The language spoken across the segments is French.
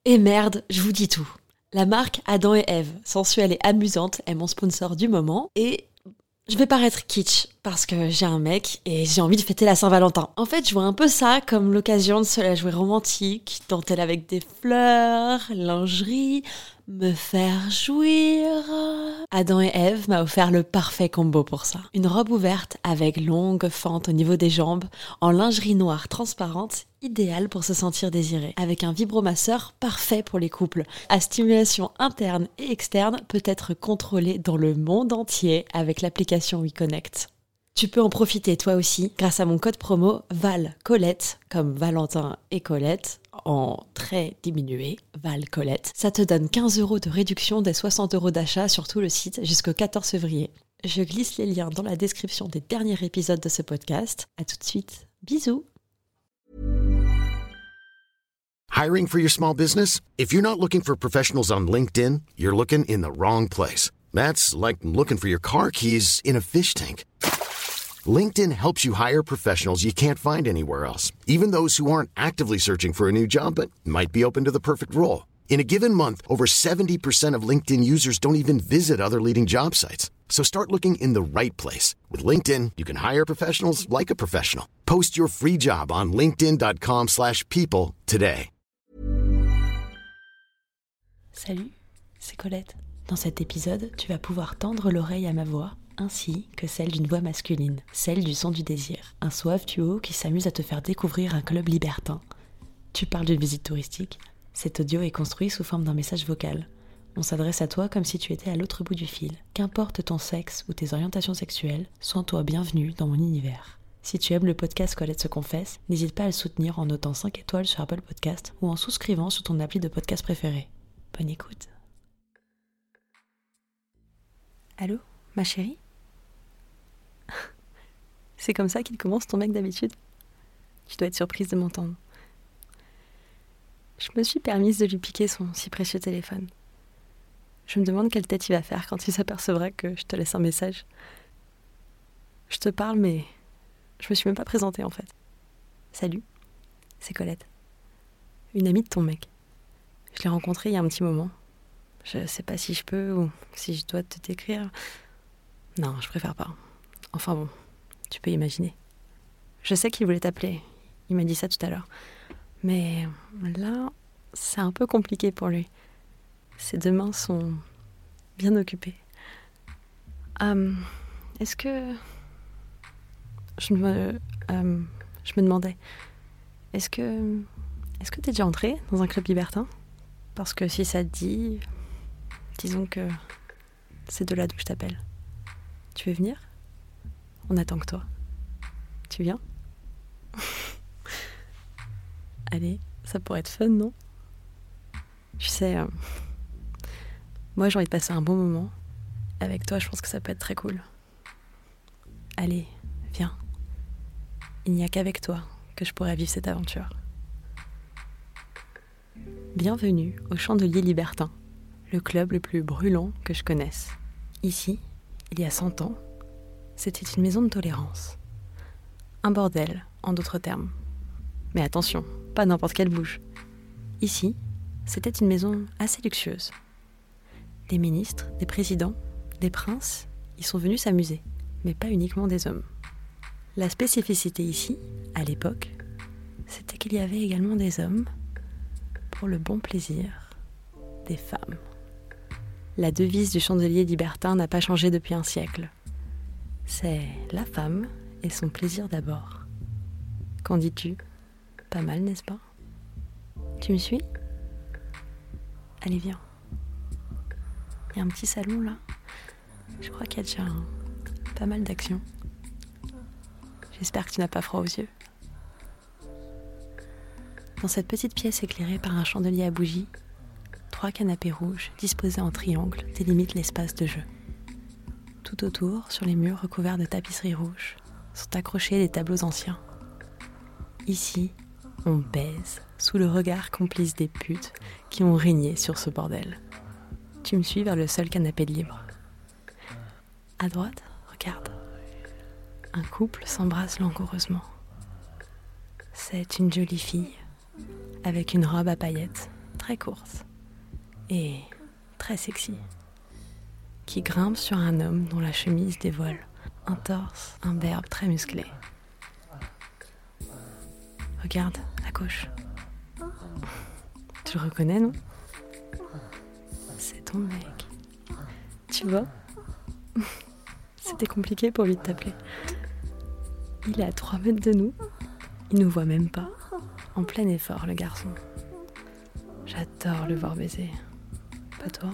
Et merde, je vous dis tout. La marque Adam et Ève, sensuelle et amusante, est mon sponsor du moment et je vais paraître kitsch parce que j'ai un mec et j'ai envie de fêter la Saint-Valentin. En fait, je vois un peu ça comme l'occasion de se la jouer romantique, dentelle avec des fleurs, lingerie, me faire jouir. Adam et Ève m'a offert le parfait combo pour ça. Une robe ouverte avec longue fente au niveau des jambes, en lingerie noire transparente, idéale pour se sentir désiré. Avec un vibromasseur parfait pour les couples. À stimulation interne et externe, peut être contrôlée dans le monde entier avec l'application WeConnect. Tu peux en profiter toi aussi grâce à mon code promo VALCOLETTE, comme Valentin et Colette, en très diminué, VALCOLETTE. Ça te donne 15 € de réduction des 60 € d'achat sur tout le site jusqu'au 14 février. Je glisse les liens dans la description des derniers épisodes de ce podcast. À tout de suite. Bisous. Hiring for your small business? If you're not looking for professionals on LinkedIn, you're looking in the wrong place. That's like looking for your car keys in a fish tank. LinkedIn helps you hire professionals you can't find anywhere else, even those who aren't actively searching for a new job but might be open to the perfect role. In a given month, over 70% of LinkedIn users don't even visit other leading job sites. So start looking in the right place. With LinkedIn, you can hire professionals like a professional. Post your free job on linkedin.com/people today. Salut, c'est Colette. Dans cet épisode, tu vas pouvoir tendre l'oreille à ma voix, ainsi que celle d'une voix masculine, celle du son du désir. Un suave duo qui s'amuse à te faire découvrir un club libertin. Tu parles d'une visite touristique. Cet audio est construit sous forme d'un message vocal. On s'adresse à toi comme si tu étais à l'autre bout du fil. Qu'importe ton sexe ou tes orientations sexuelles, sois-toi bienvenue dans mon univers. Si tu aimes le podcast Colette se confesse, n'hésite pas à le soutenir en notant 5 étoiles sur Apple Podcast ou en souscrivant sur ton appli de podcast préféré. Bonne écoute. Allô, ma chérie ? C'est comme ça qu'il commence ton mec d'habitude ? Tu dois être surprise de m'entendre. Je me suis permise de lui piquer son si précieux téléphone. Je me demande quelle tête il va faire quand il s'apercevra que je te laisse un message. Je te parle, mais je me suis même pas présentée en fait. Salut, c'est Colette. Une amie de ton mec. Je l'ai rencontrée il y a un petit moment. Je sais pas si je peux ou si je dois te décrire. Non, je préfère pas. Enfin bon, tu peux imaginer. Je sais qu'il voulait t'appeler. Il m'a dit ça tout à l'heure. Mais là, c'est un peu compliqué pour lui. Ses 2 mains sont bien occupées. Est-ce que... Je me demandais... Est-ce que t'es déjà entrée dans un club libertin ? Parce que si ça te dit... Disons que c'est de là d'où je t'appelle. Tu veux venir ? On attend que toi. Tu viens ? Allez, ça pourrait être fun, non ? Tu sais, moi j'ai envie de passer un bon moment. Avec toi, je pense que ça peut être très cool. Allez, viens. Il n'y a qu'avec toi que je pourrais vivre cette aventure. Bienvenue au Chandelier Libertin, le club le plus brûlant que je connaisse. Ici, il y a 100 ans, c'était une maison de tolérance. Un bordel, en d'autres termes. Mais attention, pas n'importe quelle bouge. Ici, c'était une maison assez luxueuse. Des ministres, des présidents, des princes, ils sont venus s'amuser, mais pas uniquement des hommes. La spécificité ici, à l'époque, c'était qu'il y avait également des hommes pour le bon plaisir des femmes. La devise du chandelier libertin n'a pas changé depuis un siècle. C'est la femme et son plaisir d'abord. Qu'en dis-tu ? Pas mal, n'est-ce pas ? Tu me suis ? Allez, viens. Il y a un petit salon là. Je crois qu'il y a déjà pas mal d'action. J'espère que tu n'as pas froid aux yeux. Dans cette petite pièce éclairée par un chandelier à bougies, 3 canapés rouges disposés en triangle délimitent l'espace de jeu. Tout autour, sur les murs recouverts de tapisseries rouges, sont accrochés des tableaux anciens. Ici, on baise sous le regard complice des putes qui ont régné sur ce bordel. Tu me suis vers le seul canapé de libre. À droite, regarde. Un couple s'embrasse langoureusement. C'est une jolie fille, avec une robe à paillettes, très courte et très sexy, qui grimpe sur un homme dont la chemise dévoile un torse imberbe très musclé. Regarde, à gauche. Tu le reconnais, non? C'est ton mec. Tu vois? C'était compliqué pour lui de t'appeler. Il est à 3 mètres de nous. Il nous voit même pas. En plein effort, le garçon. J'adore le voir baiser. Pas toi?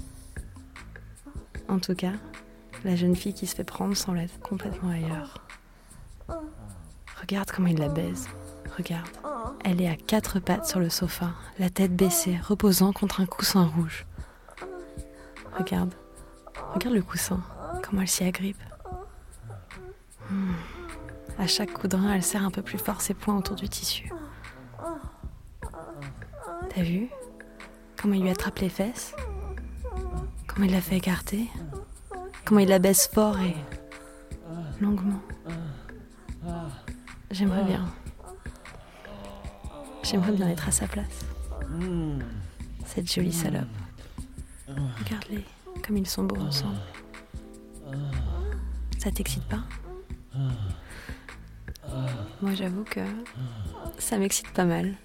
En tout cas, la jeune fille qui se fait prendre semble être complètement ailleurs. Regarde comment il la baise. Regarde. Elle est à 4 pattes sur le sofa, la tête baissée, reposant contre un coussin rouge. Regarde. Regarde le coussin. Comment elle s'y agrippe. À chaque coup de rein, elle serre un peu plus fort ses poings autour du tissu. T'as vu comment il lui attrape les fesses? Comment il la fait écarter? Comment il la baisse fort et longuement. J'aimerais bien être à sa place. Cette jolie salope. Regarde-les, comme ils sont beaux ensemble. Ça t'excite pas? Moi, j'avoue que ça m'excite pas mal.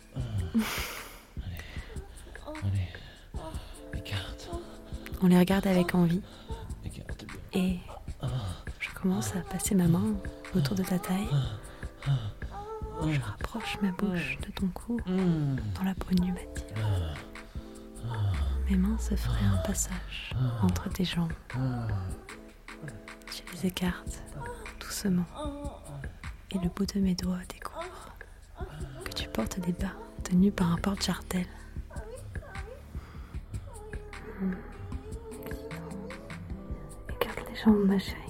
Allez, écarte. On les regarde avec envie. Et je commence à passer ma main autour de ta taille. Je rapproche ma bouche de ton cou dans la peau nue bâtie. Mes mains se feraient un passage entre tes jambes. Je les écarte doucement et le bout de mes doigts découvre que tu portes des bas tenus par un porte-jartel. Écarte les jambes, ma chérie.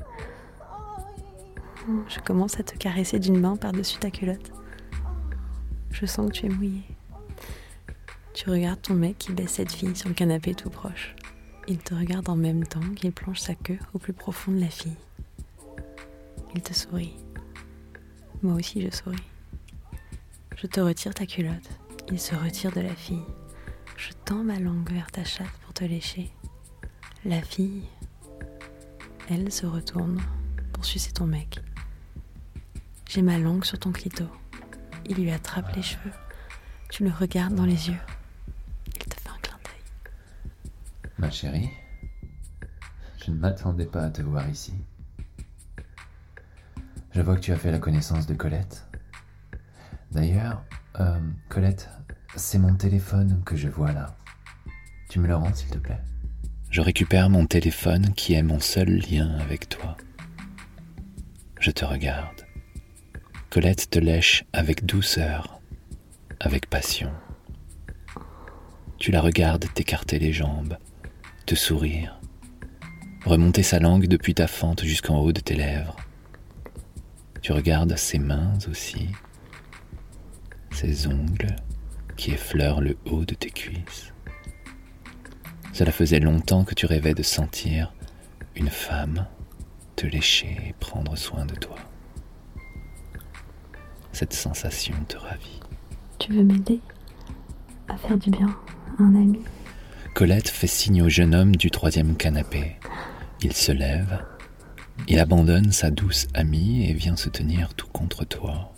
Je commence à te caresser d'une main par-dessus ta culotte. Je sens que tu es mouillée. Tu regardes ton mec qui baisse cette fille sur le canapé tout proche. Il te regarde en même temps qu'il plonge sa queue au plus profond de la fille. Il te sourit. Moi aussi je souris. Je te retire ta culotte. Il se retire de la fille. Je tends ma langue vers ta chatte pour te lécher. La fille, elle se retourne pour sucer ton mec. J'ai ma langue sur ton clito. Il lui attrape les cheveux. Tu le regardes dans les yeux. Il te fait un clin d'œil. Ma chérie, je ne m'attendais pas à te voir ici. Je vois que tu as fait la connaissance de Colette. D'ailleurs, Colette, c'est mon téléphone que je vois là. Tu me le rends, s'il te plaît? Je récupère mon téléphone qui est mon seul lien avec toi. Je te regarde. Colette te lèche avec douceur, avec passion. Tu la regardes t'écarter les jambes, te sourire, remonter sa langue depuis ta fente jusqu'en haut de tes lèvres. Tu regardes ses mains aussi, ses ongles qui effleurent le haut de tes cuisses. Cela faisait longtemps que tu rêvais de sentir une femme te lécher et prendre soin de toi. Cette sensation te ravit. Tu veux m'aider à faire du bien à un ami? Colette fait signe au jeune homme du 3e canapé. Il se lève, il abandonne sa douce amie et vient se tenir tout contre toi.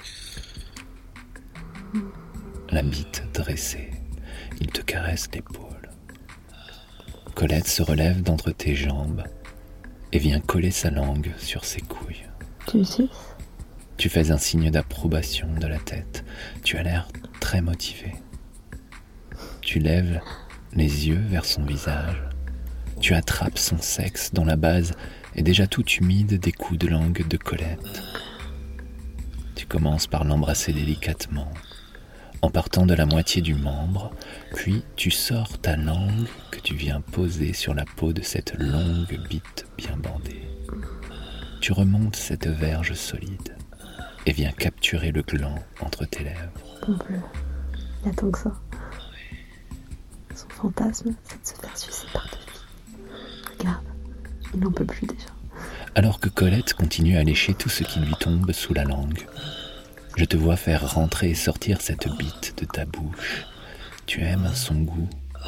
La bite dressée, il te caresse l'épaule. Colette se relève d'entre tes jambes et vient coller sa langue sur ses couilles. Tu le suces? Tu fais un signe d'approbation de la tête. Tu as l'air très motivé. Tu lèves les yeux vers son visage. Tu attrapes son sexe dont la base est déjà toute humide des coups de langue de Colette. Tu commences par l'embrasser délicatement, en partant de la moitié du membre, puis tu sors ta langue que tu viens poser sur la peau de cette longue bite bien bandée. Tu remontes cette verge solide et viens capturer le gland entre tes lèvres. Bon bleu, il attend que ça. Son fantasme, c'est de se faire sucer par deux filles. Regarde, il n'en peut plus déjà. Alors que Colette continue à lécher tout ce qui lui tombe sous la langue, je te vois faire rentrer et sortir cette bite de ta bouche, Tu aimes son goût,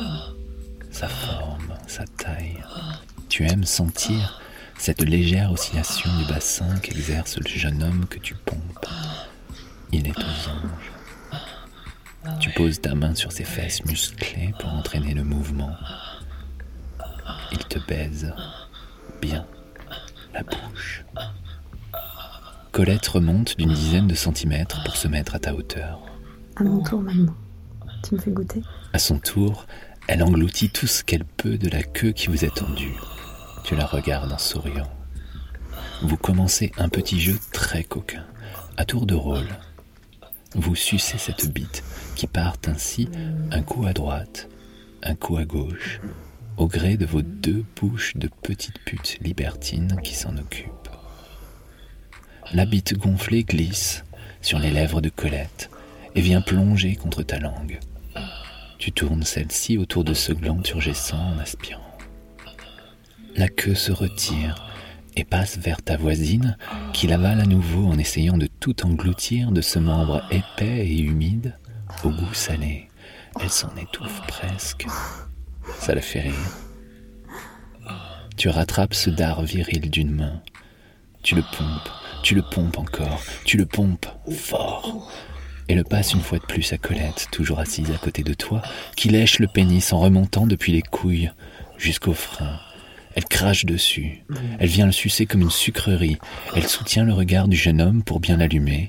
sa forme, sa taille. Tu aimes sentir cette légère oscillation du bassin qu'exerce le jeune homme que tu pompes. Il est aux anges. Tu poses ta main sur ses fesses musclées pour entraîner le mouvement. Il te baise bien la bouche. Colette remonte d'une dizaine de centimètres pour se mettre à ta hauteur. À mon tour maintenant. Tu me fais goûter ? À son tour, elle engloutit tout ce qu'elle peut de la queue qui vous est tendue. Tu la regardes en souriant. Vous commencez un petit jeu très coquin. À tour de rôle, vous sucez cette bite qui part ainsi un coup à droite, un coup à gauche, au gré de vos deux bouches de petites putes libertines qui s'en occupent. La bite gonflée glisse sur les lèvres de Colette et vient plonger contre ta langue. Tu tournes celle-ci autour de ce gland turgescent en aspirant. La queue se retire et passe vers ta voisine qui l'avale à nouveau en essayant de tout engloutir de ce membre épais et humide au goût salé. Elle s'en étouffe presque. Ça la fait rire. Tu rattrapes ce dard viril d'une main. Tu le pompes encore, tu le pompes fort. Et le passes une fois de plus à Colette, toujours assise à côté de toi, qui lèche le pénis en remontant depuis les couilles jusqu'au frein. Elle crache dessus, elle vient le sucer comme une sucrerie, elle soutient le regard du jeune homme pour bien l'allumer.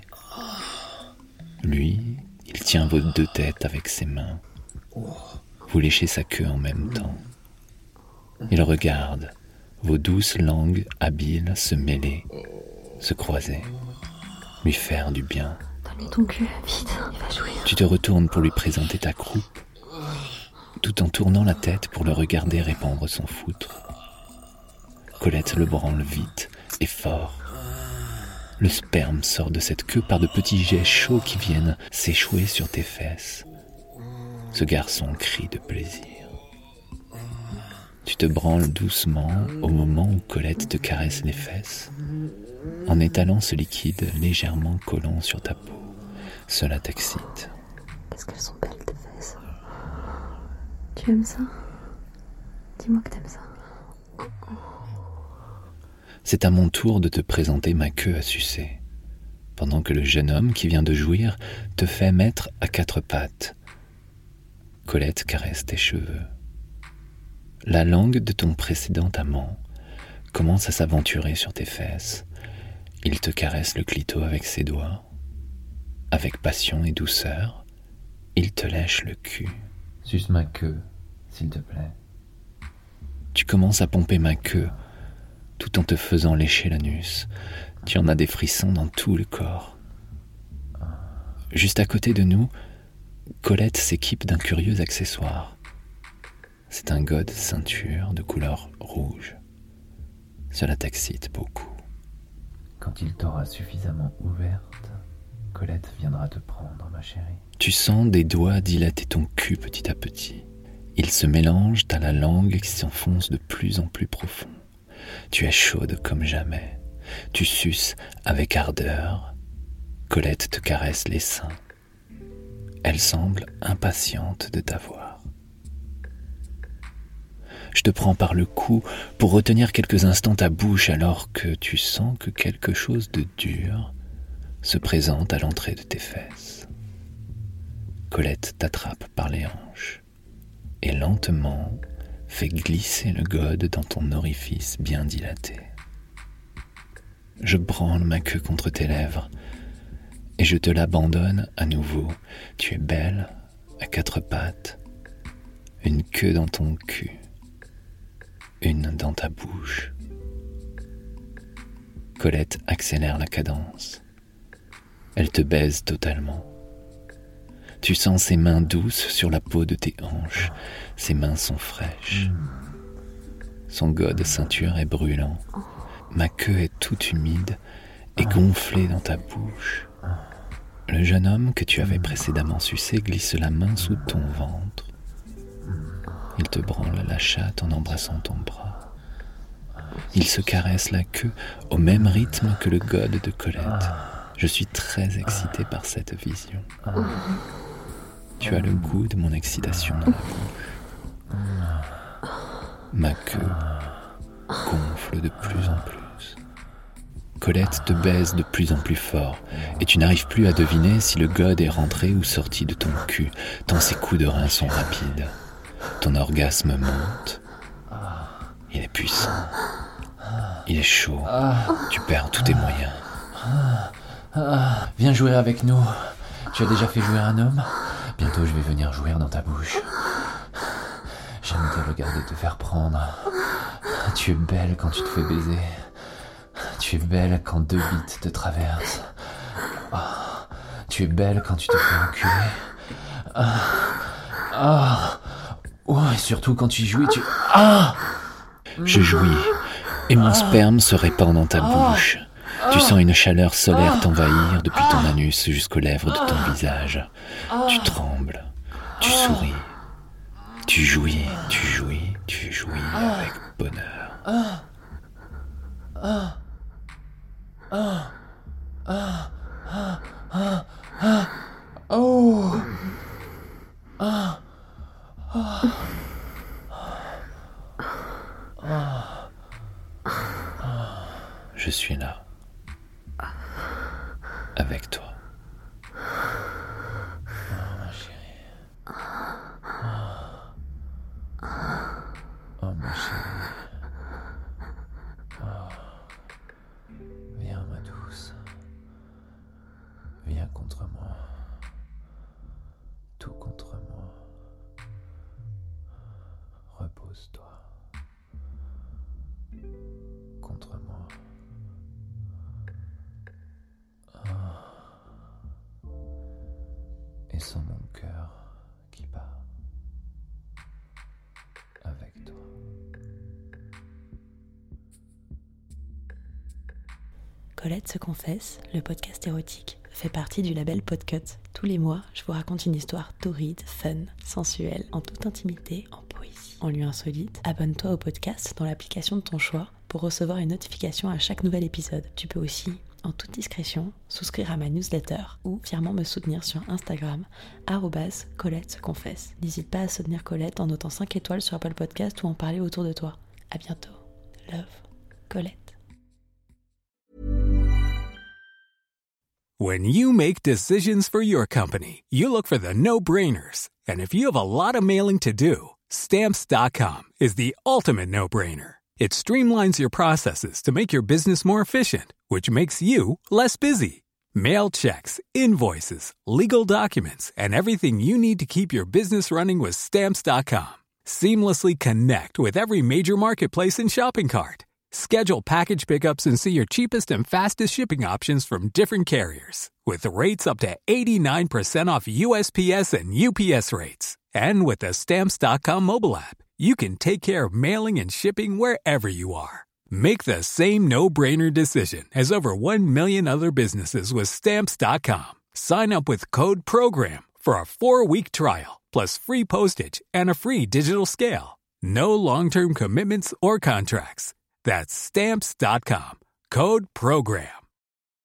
Lui, il tient vos deux têtes avec ses mains. Vous léchez sa queue en même temps. Il regarde, vos douces langues habiles se mêler, se croiser, lui faire du bien. Donne-lui ton cul, vite, il va jouir. Tu te retournes pour lui présenter ta croupe, tout en tournant la tête pour le regarder répandre son foutre. Colette le branle vite et fort. Le sperme sort de cette queue par de petits jets chauds qui viennent s'échouer sur tes fesses. Ce garçon crie de plaisir. Tu te branles doucement au moment où Colette te caresse les fesses, en étalant ce liquide légèrement collant sur ta peau. Cela t'excite. Qu'est-ce qu'elles sont belles tes fesses. Tu aimes ça ? Dis-moi que t'aimes ça. C'est à mon tour de te présenter ma queue à sucer, pendant que le jeune homme qui vient de jouir te fait mettre à quatre pattes. Colette caresse tes cheveux. La langue de ton précédent amant commence à s'aventurer sur tes fesses. Il te caresse le clito avec ses doigts. Avec passion et douceur, il te lèche le cul. Suce ma queue, s'il te plaît. Tu commences à pomper ma queue, tout en te faisant lécher l'anus. Tu en as des frissons dans tout le corps. Juste à côté de nous, Colette s'équipe d'un curieux accessoire. C'est un gode ceinture de couleur rouge. Cela t'excite beaucoup. Quand il t'aura suffisamment ouverte, Colette viendra te prendre, ma chérie. Tu sens des doigts dilater ton cul petit à petit. Ils se mélangent à la langue qui s'enfonce de plus en plus profond. Tu es chaude comme jamais. Tu suces avec ardeur. Colette te caresse les seins. Elle semble impatiente de t'avoir. Je te prends par le cou pour retenir quelques instants ta bouche alors que tu sens que quelque chose de dur se présente à l'entrée de tes fesses. Colette t'attrape par les hanches et lentement fait glisser le gode dans ton orifice bien dilaté. Je branle ma queue contre tes lèvres et je te l'abandonne à nouveau. Tu es belle, à quatre pattes, une queue dans ton cul, une dans ta bouche. Colette accélère la cadence. Elle te baise totalement. Tu sens ses mains douces sur la peau de tes hanches. Ses mains sont fraîches. Son gode ceinture est brûlant. Ma queue est toute humide et gonflée dans ta bouche. Le jeune homme que tu avais précédemment sucé glisse la main sous ton ventre. Il te branle la chatte en embrassant ton bras. Il se caresse la queue au même rythme que le gode de Colette. Je suis très excité par cette vision. Tu as le goût de mon excitation dans la bouche. Ma queue gonfle de plus en plus. Colette te baise de plus en plus fort, et tu n'arrives plus à deviner si le gode est rentré ou sorti de ton cul, tant ses coups de rein sont rapides. Ton orgasme monte. Il est puissant. Il est chaud. Tu perds tous tes moyens. Viens jouer avec nous. Tu as déjà fait jouer un homme ? Bientôt je vais venir jouir dans ta bouche. J'aime te regarder te faire prendre. Tu es belle quand tu te fais baiser. Tu es belle quand 2 bites te traversent. Tu es belle quand tu te fais enculer. Et surtout quand tu jouis, Je jouis, et mon sperme se répand dans ta bouche. Tu sens une chaleur solaire t'envahir depuis ton anus jusqu'aux lèvres de ton visage. Tu trembles, tu souris, tu jouis avec bonheur. Je suis là, avec toi. Ma chérie. Ma chérie. Viens, ma douce. Viens contre moi. Tout contre moi. Repose-toi. Contre moi. Et sans mon cœur qui bat avec toi. Colette se confesse, le podcast érotique, fait partie du label Podcut. Tous les mois, je vous raconte une histoire torride, fun, sensuelle, en toute intimité, en poésie, en lieu insolite. Abonne-toi au podcast dans l'application de ton choix pour recevoir une notification à chaque nouvel épisode. Tu peux aussi, en toute discrétion, souscrire à ma newsletter ou fièrement me soutenir sur Instagram, @Colette se confesse. N'hésite pas à soutenir Colette en notant 5 étoiles sur Apple Podcast ou en parler autour de toi. À bientôt. Love, Colette. When you make decisions for your company, you look for the no-brainers. And if you have a lot of mailing to do, Stamps.com is the ultimate no-brainer. It streamlines your processes to make your business more efficient, which makes you less busy. Mail checks, invoices, legal documents, and everything you need to keep your business running with Stamps.com. Seamlessly connect with every major marketplace and shopping cart. Schedule package pickups and see your cheapest and fastest shipping options from different carriers. With rates up to 89% off USPS and UPS rates. And with the Stamps.com mobile app, you can take care of mailing and shipping wherever you are. Make the same no-brainer decision as over 1 million other businesses with Stamps.com. Sign up with code PROGRAM for a 4-week trial, plus free postage and a free digital scale. No long-term commitments or contracts. That's Stamps.com. Code PROGRAM.